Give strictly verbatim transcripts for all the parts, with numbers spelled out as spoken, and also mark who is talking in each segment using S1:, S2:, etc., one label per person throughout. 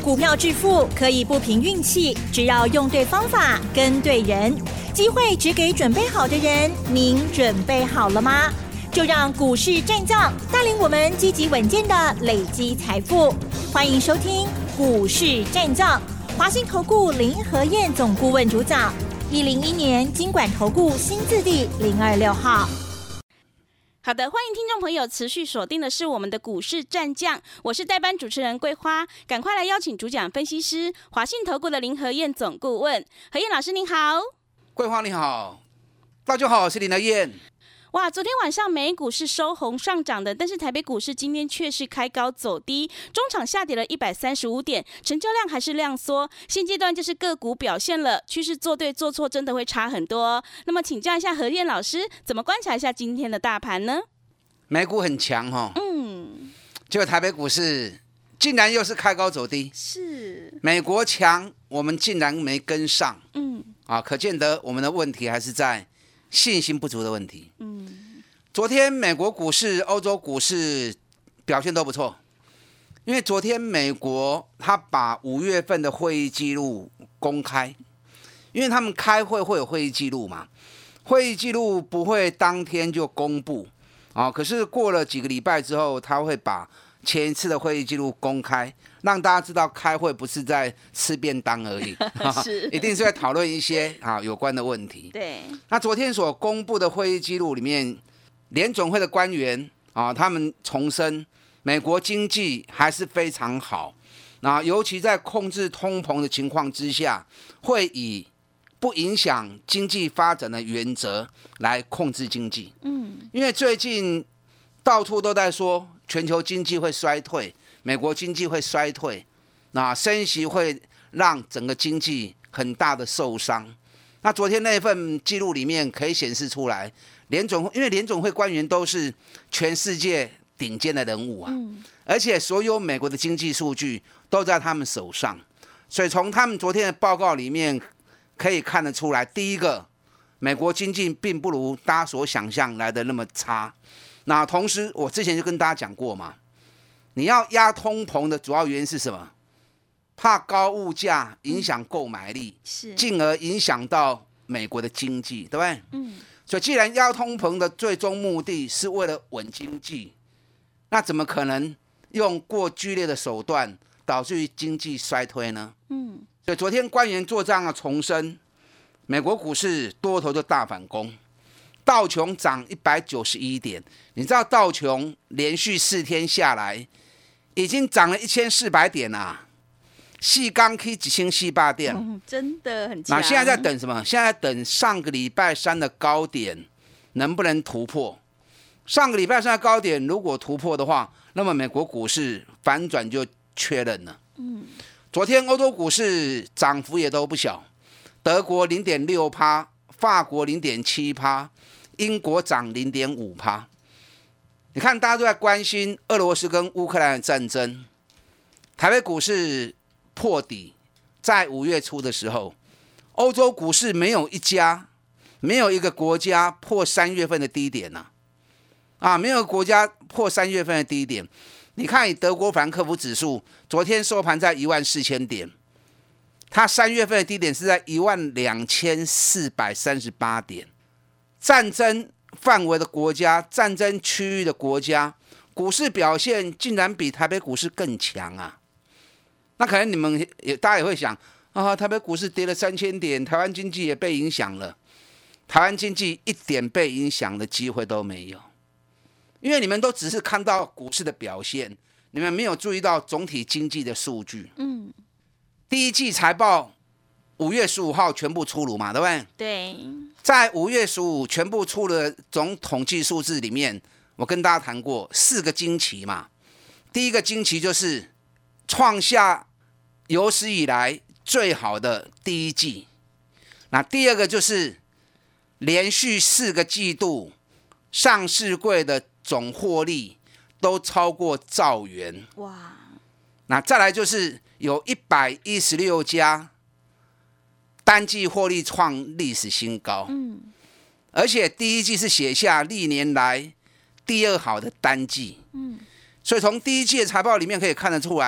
S1: 股票致富可以不凭运气，只要用对方法、跟对人，机会只给准备好的人。您准备好了吗？就让股市战将带领我们积极稳健的累积财富。欢迎收听股市战将，华信投顾林和彥总顾问主讲，一零一年金管投顾新字第零二六号。
S2: 好的，欢迎听众朋友持续锁定的是我们的股市战将，我是代班主持人桂花，赶快来邀请主讲分析师华信投顾的林和彥总顾问。和彥老师您好。
S3: 桂花你好，大家好，我是林和彥。
S2: 哇，昨天晚上美股是收红上涨的，但是台北股市今天却是开高走低，中场下跌了一百三十五点，成交量还是量缩。现阶段就是个股表现了，趋势做对做错真的会差很多哦。那么请教一下和彥老师，怎么观察一下今天的大盘呢？
S3: 美股很强哦，
S2: 嗯，
S3: 结果台北股市竟然又是开高走低，
S2: 是
S3: 美国强，我们竟然没跟上，
S2: 嗯
S3: 啊，可见得我们的问题还是在信心不足的问题。
S2: 嗯，
S3: 昨天美国股市、欧洲股市表现都不错，因为昨天美国他把五月份的会议记录公开，因为他们开会会有会议记录嘛，会议记录不会当天就公布啊，可是过了几个礼拜之后，他会把前一次的会议记录公开，让大家知道开会不是在吃便当而已，
S2: 是
S3: 一定是在讨论一些啊有关的问题。
S2: 对，
S3: 那昨天所公布的会议记录里面，联总会的官员啊，他们重申美国经济还是非常好，那尤其在控制通膨的情况之下，会以不影响经济发展的原则来控制经济。
S2: 嗯，
S3: 因为最近到处都在说全球经济会衰退，美国经济会衰退，那升息会让整个经济很大的受伤。那昨天那份记录里面可以显示出来，联总因为联总会官员都是全世界顶尖的人物啊，
S2: 嗯，
S3: 而且所有美国的经济数据都在他们手上，所以从他们昨天的报告里面可以看得出来，第一个，美国经济并不如大家所想象来的那么差。那同时，我之前就跟大家讲过嘛，你要压通膨的主要原因是什么？怕高物价影响购买力，
S2: 是，
S3: 进而影响到美国的经济，对不对？
S2: 嗯，
S3: 所以既然压通膨的最终目的是为了稳经济，那怎么可能用过剧烈的手段导致于经济衰退呢？
S2: 嗯，
S3: 所以昨天官员做这样的重申，美国股市多头就大反攻。道琼涨一百九十一点，你知道道琼连续四天下来已经涨了一千四百点啦，细钢 K 几千四百点、
S2: 嗯，真的很强。
S3: 那现在在等什么？现在在等上个礼拜三的高点能不能突破？上个礼拜三的高点如果突破的话，那么美国股市反转就确认了。
S2: 嗯，
S3: 昨天欧洲股市涨幅也都不小，德国 零点六趴， 法国 零点七趴，英国涨 零点五趴。你看大家都在关心俄罗斯跟乌克兰的战争，台北股市破底，在五月初的时候，欧洲股市没有一家没有一个国家破三月份的低点啊，啊，没有国家破三月份的低点。你看以德国法兰克福指数昨天收盘在一万四千点，它三月份的低点是在一万两千四百三十八点。战争范围的国家，战争区域的国家，股市表现竟然比台北股市更强啊！那可能你们也大家也会想啊，台北股市跌了三千点，台湾经济也被影响了。台湾经济一点被影响的机会都没有，因为你们都只是看到股市的表现，你们没有注意到总体经济的数据。
S2: 嗯，
S3: 第一季财报五月十五号全部出炉嘛，对不对？
S2: 对。
S3: 在五月十五全部出的总统计数字里面，我跟大家谈过四个惊奇嘛。第一个惊奇就是创下有史以来最好的第一季。那第二个就是连续四个季度上市柜的总获利都超过兆元。
S2: 哇！
S3: 那再来就是有一百一十六家单季获利创历史新高，
S2: 嗯，
S3: 而且第一季是写下历年来第二好的单季，
S2: 嗯，
S3: 所以从第一季的财报里面可以看得出来，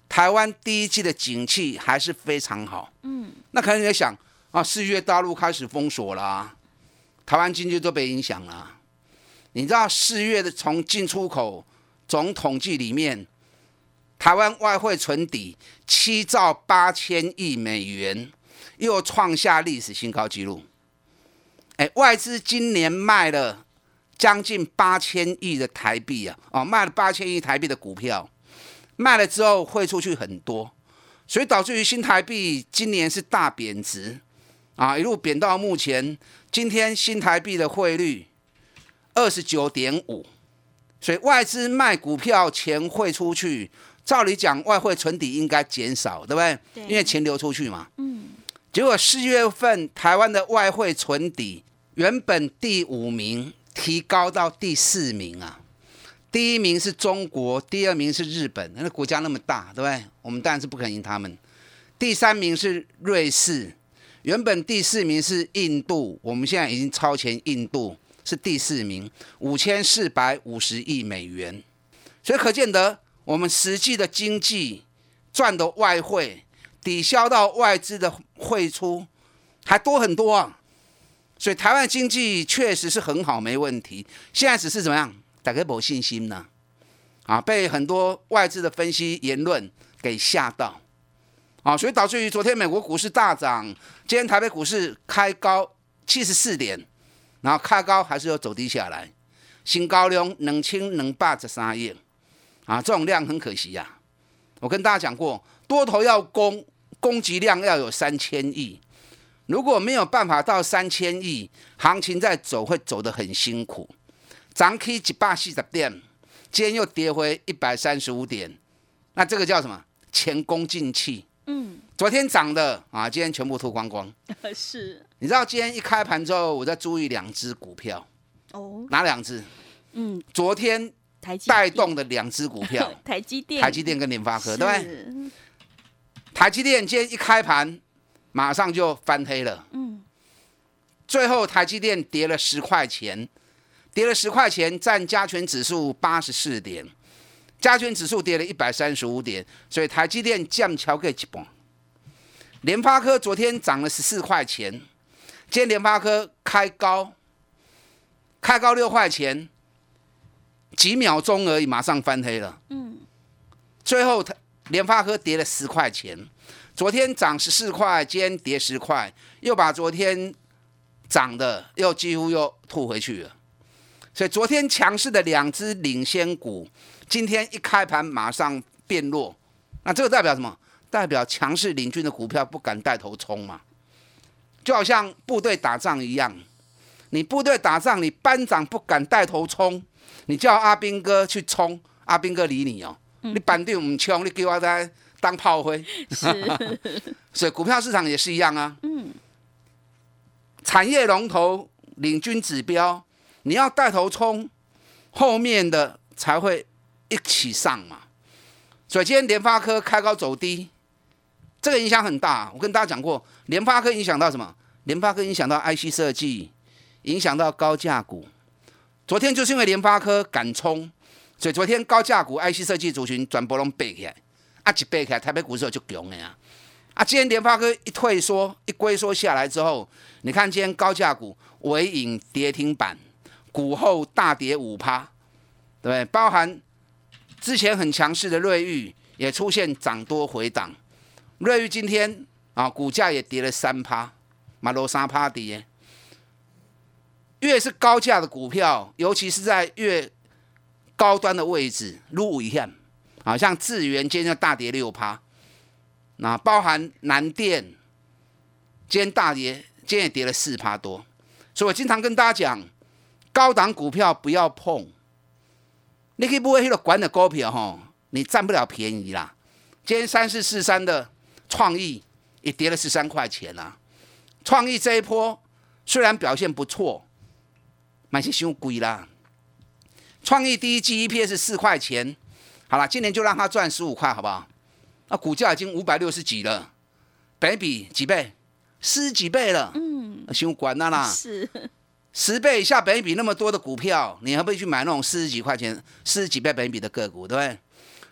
S3: 台湾第一季的景气还是非常好。嗯，那可能你在想啊，四月大陆开始封锁啦，台湾经济都被影响了。你知道四月的从进出口总统计里面，台湾外汇存底七兆八千亿美元，又创下历史新高纪录。哎，外资今年卖了将近八千亿的台币啊，哦，卖了八千亿台币的股票，卖了之后汇出去很多，所以导致于新台币今年是大贬值啊，一路贬到目前，今天新台币的汇率二十九点五，所以外资卖股票钱汇出去，照理讲外汇存底应该减少，对不对？
S2: 对，
S3: 因为钱流出去嘛。
S2: 嗯。
S3: 结果四月份台湾的外汇存底原本第五名提高到第四名啊，第一名是中国，第二名是日本，那国家那么大，对不对？我们当然是不可能赢他们。第三名是瑞士，原本第四名是印度，我们现在已经超前印度，是第四名，五千四百五十亿美元。所以可见得我们实际的经济赚的外汇抵消到外资的汇出还多很多啊。所以台湾经济确实是很好，没问题。现在只是怎么样，大家没信心呢、啊？啊，被很多外资的分析言论给吓到，啊，所以导致于昨天美国股市大涨，今天台北股市开高七十四点，然后开高还是有走低下来，新高量两千两百十三亿，啊，这种量很可惜呀、啊。我跟大家讲过，多头要攻，攻击量要有三千亿。如果没有办法到三千亿，行情在走会走得很辛苦。涨起一百四十点，今天又跌回一百三十五点，那这个叫什么？前功尽弃。嗯，昨天涨的啊，今天全部吐光光。
S2: 是。你
S3: 知道今天一开盘之后，我在注意两只股票。哦。哪两只？嗯，昨天带动的两只股票，
S2: 台积电、
S3: 台积电跟联发科，对不对？台积电今天一开盘，马上就翻黑了，嗯，最后台积电跌了十块钱，跌了十块钱，占加权指数八十四点，加权指数跌了一百三十五点，所以台积电降超过一半。联发科昨天涨了十四块钱，今天联发科开高，开高六块钱，几秒钟而已，马上翻黑了，嗯，最后联发科跌了十块钱。昨天涨十四块，今天跌十块，又把昨天涨的又几乎又吐回去了。所以昨天强势的两只领先股，今天一开盘马上变弱。那这个代表什么？代表强势领军的股票不敢带头冲嘛。就好像部队打仗一样，你部队打仗，你班长不敢带头冲，你叫阿兵哥去冲，阿兵哥理你哦。嗯、你班长不冲，你给我在当炮灰，是，所以股票市场也是一样啊。嗯，产业龙头领军指标，你要带头冲，后面的才会一起上嘛。所以今天联发科开高走低，这个影响很大。我跟大家讲过，联发科影响到什么？联发科影响到 I C 设计，影响到高价股。昨天就是因为联发科敢冲，所以昨天高价股 I C 设计族群全部都背起来。啊，一背起来，台北股市就强了呀！啊，今天联发科一退缩、一龟缩下来之后，你看今天高价股微影跌停板，股后大跌五趴，对不对？包含之前很强势的瑞昱也出现涨多回档，瑞昱今天啊股价也跌了三趴，嘛落三趴跌。越是高价的股票，尤其是在越高端的位置，入危险。好像智原今天就大跌六趴，那包含南电今天大跌，今天也跌了四趴多，所以我经常跟大家讲，高档股票不要碰，你可以不会那个管的股票吼，你占不了便宜啦。今天三四四三的创意也跌了十三块钱啦，创意这一波虽然表现不错，蛮是伤贵啦。创意第一季 E P S 是四块钱。好了，今年就让他赚十五块，好不好？那股价已经五百六十几了，本益比几倍？十几倍了，嗯，伤管了啦。是十倍以下本益比那么多的股票，你何必去买那种四十几块钱、四十几倍本益比的个股，对不对？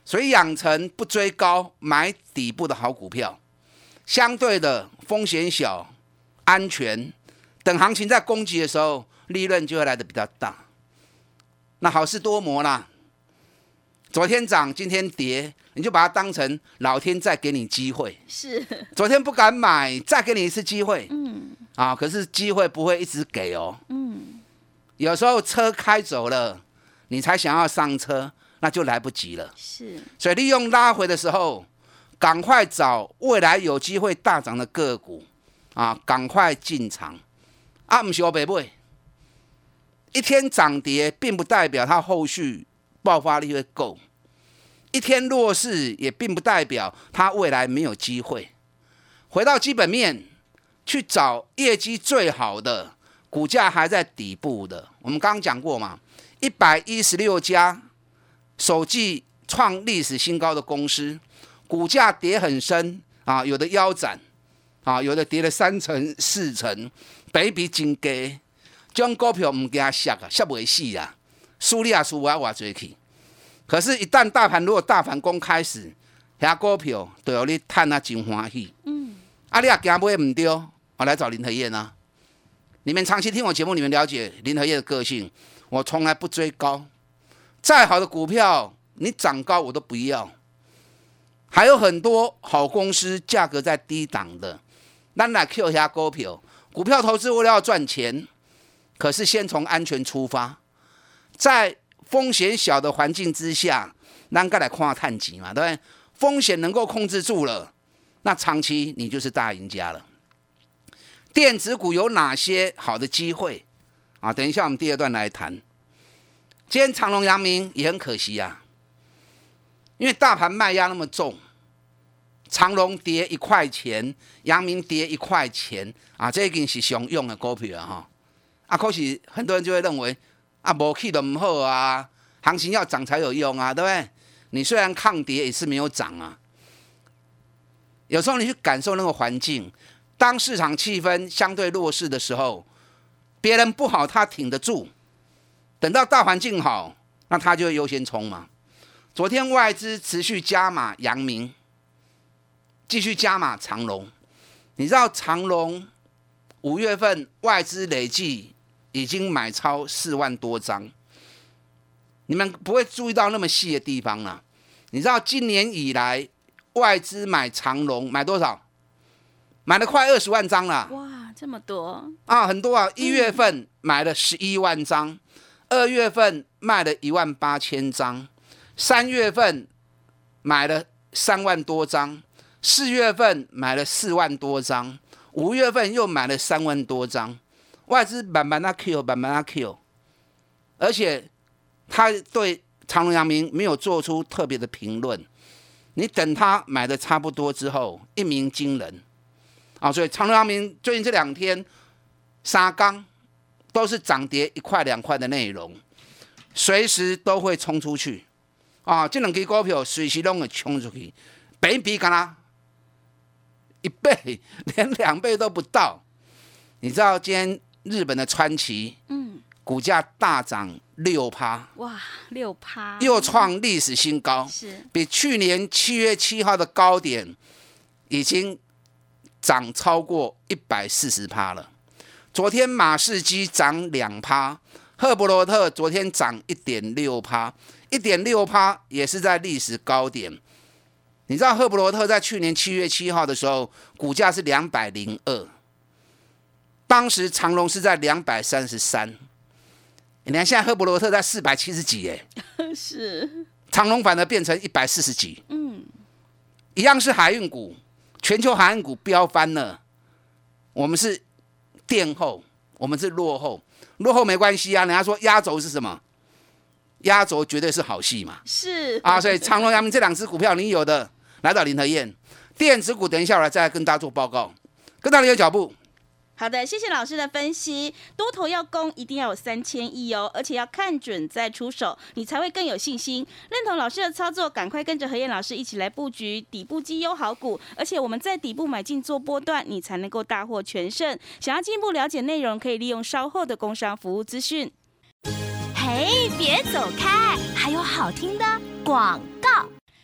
S3: 所以养成不追高买底部的好股票，相对的风险小、安全，等行情在攻击的时候，利润就会来得比较大。那好事多磨啦，昨天涨今天跌，你就把它当成老天再给你机会。
S2: 是，
S3: 昨天不敢买，再给你一次机会。
S2: 嗯，
S3: 啊，可是机会不会一直给哦。
S2: 嗯，
S3: 有时候车开走了，你才想要上车，那就来不及了。
S2: 是，
S3: 所以利用拉回的时候，赶快找未来有机会大涨的个股啊，赶快进场。啊，不是我白买，一天涨跌并不代表它后续爆发力会够，一天弱势也并不代表它未来没有机会。回到基本面，去找业绩最好的，股价还在底部的。我们刚刚讲过嘛，一百一十六家首季创历史新高的公司，股价跌很深啊，有的腰斩啊，有的跌了三成四成，本益比真低。这种股票唔惊杀啊，杀不死啊，输你也输我偌济去。可是，一旦大盘如果大反攻开始，遐股票就有你赚啊真欢喜。嗯，啊，你也惊买唔对，我来找林和燕啊。你们长期听我节目，你们了解林和燕的个性。我从来不追高，再好的股票你涨高我都不要。还有很多好公司价格在低档的，咱来 Q 遐股票。股票投资为了要赚钱。可是先从安全出发，在风险小的环境之下，咱该来看探底嘛，对不对？风险能够控制住了，那长期你就是大赢家了。电子股有哪些好的机会啊？等一下我们第二段来谈。今天长荣、阳明也很可惜啊，因为大盘卖压那么重，长荣跌一块钱，阳明跌一块钱啊，这已经是常用的股票啊哈。啊，可是很多人就会认为啊，没去都不好啊，行情要涨才有用啊，对不对？你虽然抗跌，也是没有涨啊。有时候你去感受那个环境，当市场气氛相对弱势的时候，别人不好他挺得住，等到大环境好，那他就会优先冲嘛。昨天外资持续加码阳明，继续加码长荣。你知道长荣五月份外资累计已经买超四万多张，你们不会注意到那么细的地方啦、啊。你知道今年以来外资买长荣买多少？买了快二十万张啦！
S2: 哇，这么多
S3: 啊，很多啊！一月份买了十一万张，二、嗯、月份卖了一万八千张，三月份买了三万多张，四月份买了四万多张，五月份又买了三万多张。外资慢慢的 Q， 慢慢的 Q， 而且他对长荣、阳明没有做出特别的评论。你等他买的差不多之后，一鸣惊人啊！所以长荣、阳明最近这两天三天都是涨跌一块两块的内容，随时都会冲出去啊！这两支股票随时都会冲出去，本益比干啦一倍，连两倍都不到。你知道今天日本的川崎，嗯，股价大涨六趴，
S2: 哇，六趴，
S3: 又创历史新高，
S2: 是
S3: 比去年七月七号的高点已经涨超过一百四十趴了。昨天马士基涨两趴，赫伯罗特昨天涨一点六趴，一点六趴也是在历史高点。你知道赫伯罗特在去年七月七号的时候，股价是两百零二。当时长荣是在两百三十三，你看现在赫伯罗特在四百七十几耶，
S2: 是
S3: 长荣反而变成一百四十几，
S2: 嗯，
S3: 一样是海运股，全球海运股飙翻了，我们是垫后，我们是落后，落后没关系啊，人家说压轴是什么？压轴绝对是好戏嘛，
S2: 是
S3: 啊，所以长荣、阳明这两只股票你有的，来到林和燕，电子股等一下我来再来跟大家做报告，跟大家有脚步。
S2: 好的，谢谢老师的分析。多头要攻，一定要有三千亿哦，而且要看准再出手，你才会更有信心。认同老师的操作，赶快跟着和燕老师一起来布局底部绩优好股，而且我们在底部买进做波段，你才能够大获全胜。想要进一步了解内容，可以利用稍后的工商服务资讯。
S1: 嘿，别走开，还有好听的广告。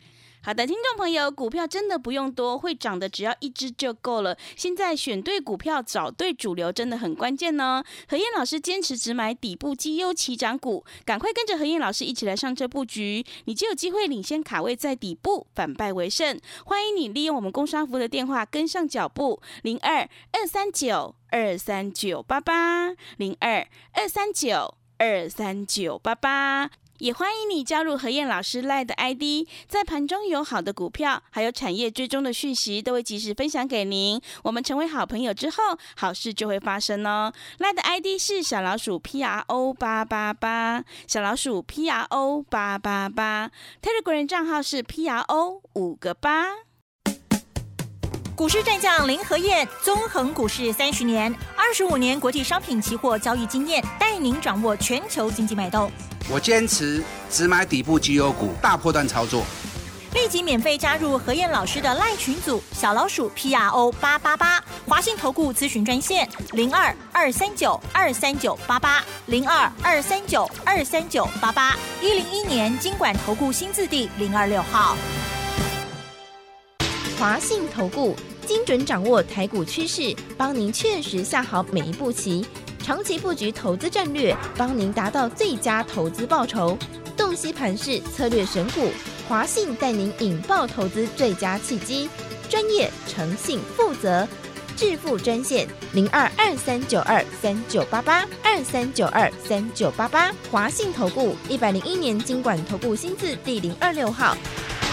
S2: 好的，听众朋友，股票真的不用多，会涨的只要一只就够了。现在选对股票，找对主流真的很关键呢。和燕老师坚持只买底部绩优起涨股，赶快跟着和燕老师一起来上车布局，你就有机会领先卡位在底部，反败为胜。欢迎你利用我们工商服的电话跟上脚步，零二二三九二三九八八零二二三九二三九八八。也欢迎你加入和燕老师 LINE 的 I D， 在盘中有好的股票，还有产业追踪的讯息，都会及时分享给您。我们成为好朋友之后，好事就会发生哦。LINE 的 I D 是小老鼠 P R O 八八八，小老鼠 P R O 八八八。Telegram 账号是 P R O 五个八。
S1: 股市战将林和燕，纵横股市三十年，二十五年国际商品期货交易经验，带您掌握全球经济脉动。
S3: 我坚持只买底部绩优股，大波段操作。
S1: 立即免费加入和燕老师的 LINE 群组，小老鼠 P R O 八八八，华信投顾咨询专线零二二三九二三九八八零二二三九二三九八八，一零一年金管投顾新字第零二六号。
S4: 华信投顾精准掌握台股趋势，帮您确实下好每一步棋，长期布局投资战略，帮您达到最佳投资报酬。洞悉盘势，策略选股，华信带您引爆投资最佳契机，专业、诚信、负责，致富专线零二二三九二三九八八二三九二三九八八，华信投顾一百零一年金管投顾新字第零二六号。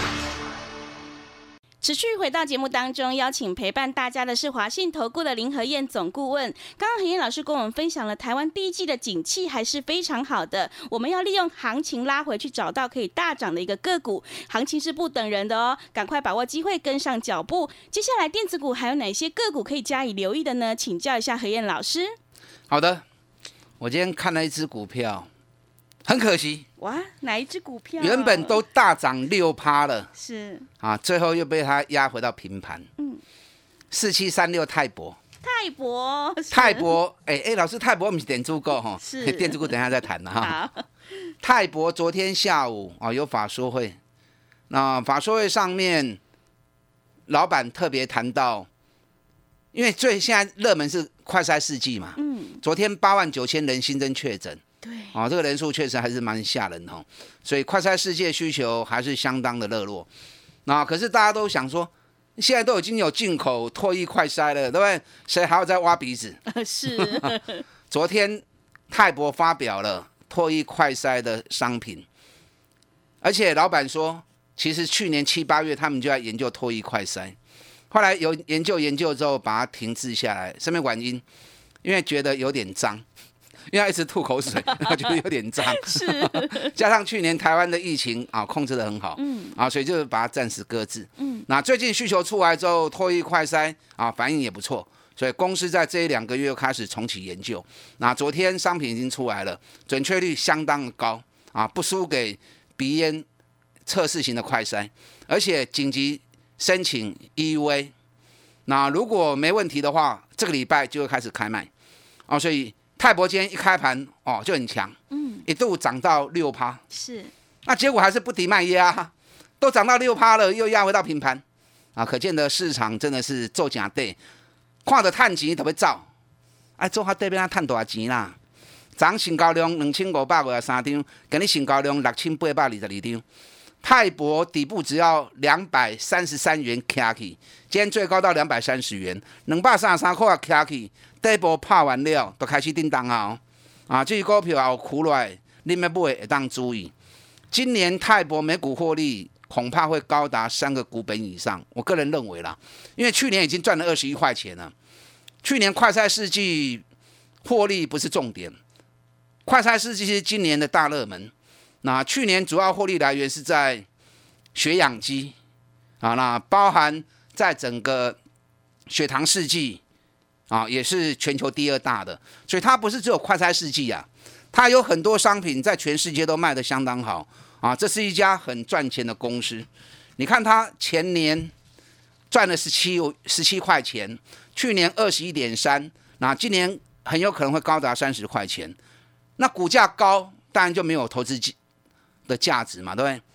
S2: 持续回到节目当中，邀请陪伴大家的是华信投顾的林和燕总顾问。刚刚和燕老师跟我们分享了台湾第一季的景气还是非常好的，我们要利用行情拉回去找到可以大涨的一个个股，行情是不等人的哦，赶快把握机会跟上脚步。接下来电子股还有哪些个股可以加以留意的呢？请教一下和燕老师。
S3: 好的，我今天看了一只股票，很可惜，
S2: 哇，哪一只股票？
S3: 原本都大涨六趴了，
S2: 是
S3: 啊，最后又被它压回到平盘。
S2: 嗯，
S3: 四七三六泰博，
S2: 泰博，
S3: 泰博，哎哎，老师，泰博不是电子股哈，
S2: 是
S3: 电子股，等一下再谈了哈。
S2: 好，
S3: 泰博昨天下午啊有法说会，那法说会上面老板特别谈到，因为最现在热门是快筛试剂嘛，嗯，昨天八万九千人新增确诊。
S2: 对，
S3: 哦，这个人数确实还是蛮吓人的哦，所以快筛世界需求还是相当的热络。那可是大家都想说，现在都已经有进口唾液快筛了，对不对？谁还要再挖鼻子？
S2: 是。
S3: 昨天泰博发表了唾液快筛的商品，而且老板说，其实去年七八月他们就在研究唾液快筛，后来有研究研究之后把它停滞下来，什么原因？因为觉得有点脏。因为他一直吐口水，我觉得有点脏。
S2: 是，
S3: 加上去年台湾的疫情啊控制得很好，嗯，啊，所以就把它暂时搁置。嗯，那最近需求出来之后，唾液快筛啊反应也不错，所以公司在这一两个月又开始重启研究。那昨天商品已经出来了，准确率相当的高啊，不输给鼻咽测试型的快筛，而且紧急申请 E U A。那如果没问题的话，这个礼拜就会开始开卖啊，所以。泰博今天一开盘哦就很强，嗯，一度涨到六趴，
S2: 是，
S3: 那结果还是不敌卖压，都涨到六趴了，又压回到平盘，啊，可见的市场真的是做假对，看着探钱特别走，哎，做下对边啊探多少钱啦？涨成交量两千五百五十三张，今日成交量六千八百二十二张，泰博底部只要两百三十三元卡起，今天最高到两百三十元，两百三十三块卡起。第一波拍完了，就开始叮当啊！啊，这股票后苦来，你们买会当注意。今年泰博每股获利恐怕会高达三个股本以上，我个人认为啦，因为去年已经赚了二十一块钱了。去年快筛试剂获利不是重点，快筛试剂是今年的大热门。那去年主要获利来源是在血氧机啊，那包含在整个血糖试剂。啊，也是全球第二大的，所以它不是只有快筛试剂啊，它有很多商品在全世界都卖得相当好啊，这是一家很赚钱的公司。你看它前年赚了十七十七块钱，去年二十一点三，那今年很有可能会高达三十块钱。那股价高，当然就没有投资的价值嘛，对不对？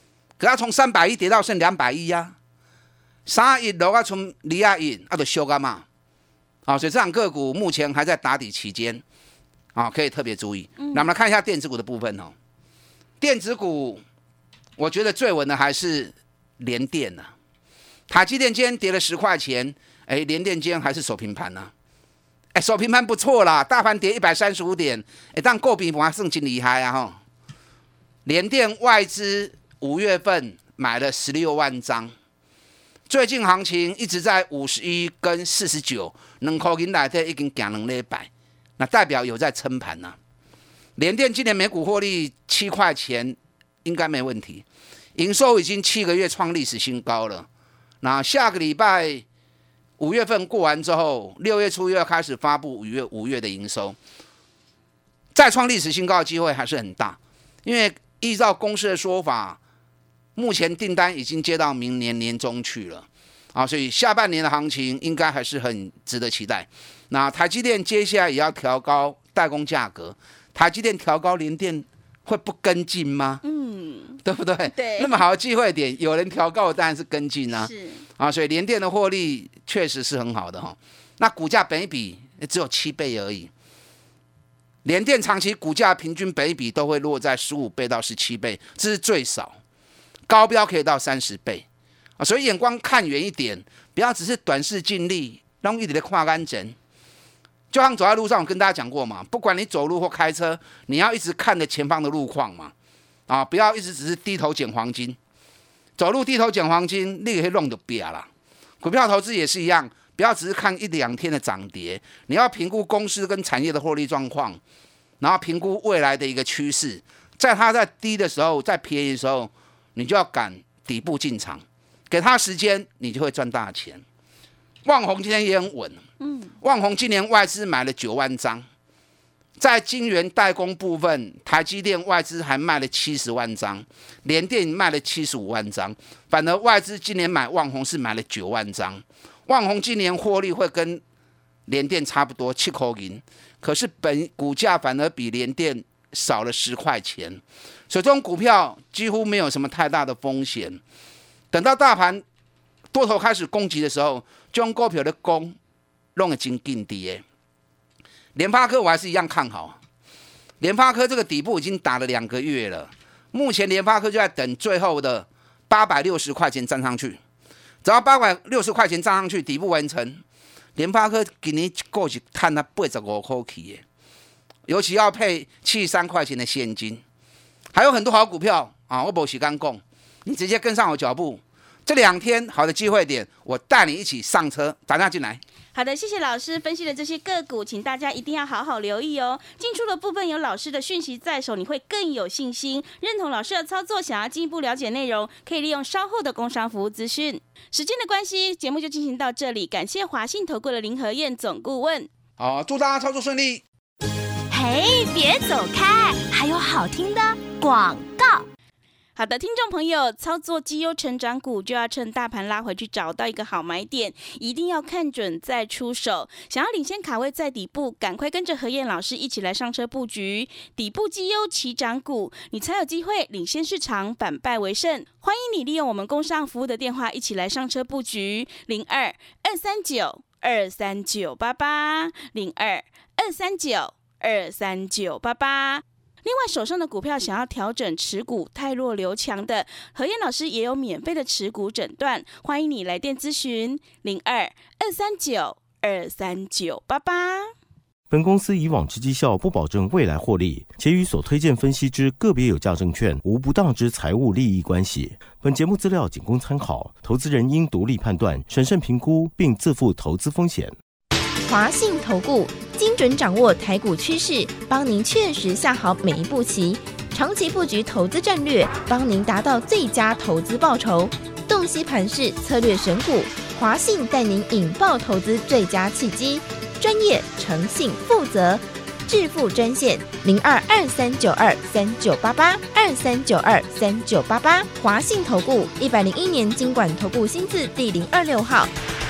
S3: 可它从三百一跌到剩两百一呀，三一落啊从二啊一，啊就修干嘛？啊，所以这档个股目前还在打底期间，啊，可以特别注意。嗯、那我们来看一下电子股的部分哦。电子股，我觉得最稳的还是联电呐、啊。台积电今天跌了十块钱，哎，联电今天还是守平盘呢、啊。哎，守平盘不错啦，大盘跌一百三十五点，哎，但够比还算真厉害啊哈。联电外资五月份买了十六万张，最近行情一直在五十一跟四十九，两块钱内底已经行两礼拜，那代表有在撑盘呐、啊。联电今年每股获利七块钱，应该没问题，营收已经七个月创历史新高了。那下个礼拜五月份过完之后，六月初又要开始发布五月五月的营收，再创历史新高的机会还是很大，因为依照公司的说法，目前订单已经接到明年年中去了啊，所以下半年的行情应该还是很值得期待。那台积电接下来也要调高代工价格，台积电调高，联电会不跟进吗？嗯，对不对？
S2: 对，
S3: 那么好的机会点，有人调高，当然是跟进啊。
S2: 是
S3: 啊，所以联电的获利确实是很好的哈。那股价本益比只有七倍而已，联电长期股价平均本益比都会落在十五倍到十七倍，这是最少，高标可以到三十倍啊。所以眼光看远一点，不要只是短视近利，让一直在看干整。就像走在路上，我跟大家讲过嘛，不管你走路或开车，你要一直看着前方的路况嘛，啊，不要一直只是低头捡黄金。走路低头捡黄金，你也会弄就瘪啦。股票投资也是一样，不要只是看一两天的涨跌，你要评估公司跟产业的获利状况，然后评估未来的一个趋势。在它在低的时候，在便宜的时候，你就要赶底部进场，给它时间，你就会赚大钱。旺宏今天也很稳，嗯，旺宏今年外资买了九万张，在晶圆代工部分，台积电外资还卖了七十万张，联电卖了七十五万张，反而外资今年买旺宏是买了九万张。旺宏今年获利会跟联电差不多七块银，可是本股价反而比联电少了十块钱，所以这种股票几乎没有什么太大的风险。等到大盘多头开始攻击的时候，这种股票的攻弄得真紧的。联发科我还是一样看好，联发科这个底部已经打了两个月了，目前联发科就在等最后的八百六十块钱站上去，只要八百六十块钱站上去，底部完成，联发科今年一个是赚了八十五块去的，尤其要配七十三块钱的现金，还有很多好股票啊，我没时间讲，你直接跟上我脚步。这两天好的机会点，我带你一起上车，打电话进来。
S2: 好的，谢谢老师分析的这些个股，请大家一定要好好留意哦。进出的部分有老师的讯息在手，你会更有信心。认同老师的操作，想要进一步了解内容，可以利用稍后的工商服务资讯。时间的关系，节目就进行到这里，感谢华信投顾的林和燕总顾问。
S3: 好，祝大家操作顺利。
S1: 嘿，别走开，还有好听的广告。
S2: 好的，听众朋友，操作绩优成长股就要趁大盘拉回去找到一个好买点，一定要看准再出手。想要领先卡位在底部，赶快跟着和燕老师一起来上车布局底部绩优起涨股，你才有机会领先市场，反败为胜。欢迎你利用我们工商服务的电话一起来上车布局零二二三九二三九八八零二二三九二三九八八。另外，手上的股票想要调整持股太弱留强的，和燕老师也有免费的持股诊断，欢迎你来电咨询零二二三九二三九八八。
S5: 本公司以往之绩效不保证未来获利，且与所推荐分析之个别有价证券无不当之财务利益关系。本节目资料仅供参考，投资人应独立判断、审慎评估，并自负投资风险。
S4: 华信投顾精准掌握台股趋势，帮您确实下好每一步棋，长期布局投资战略，帮您达到最佳投资报酬。洞悉盘势，策略选股，华信带您引爆投资最佳契机，专业、诚信、负责，致富专线零二二三九二三九八八二三九二三九八八。华信投顾一百零一年金管投顾新字第零二六号。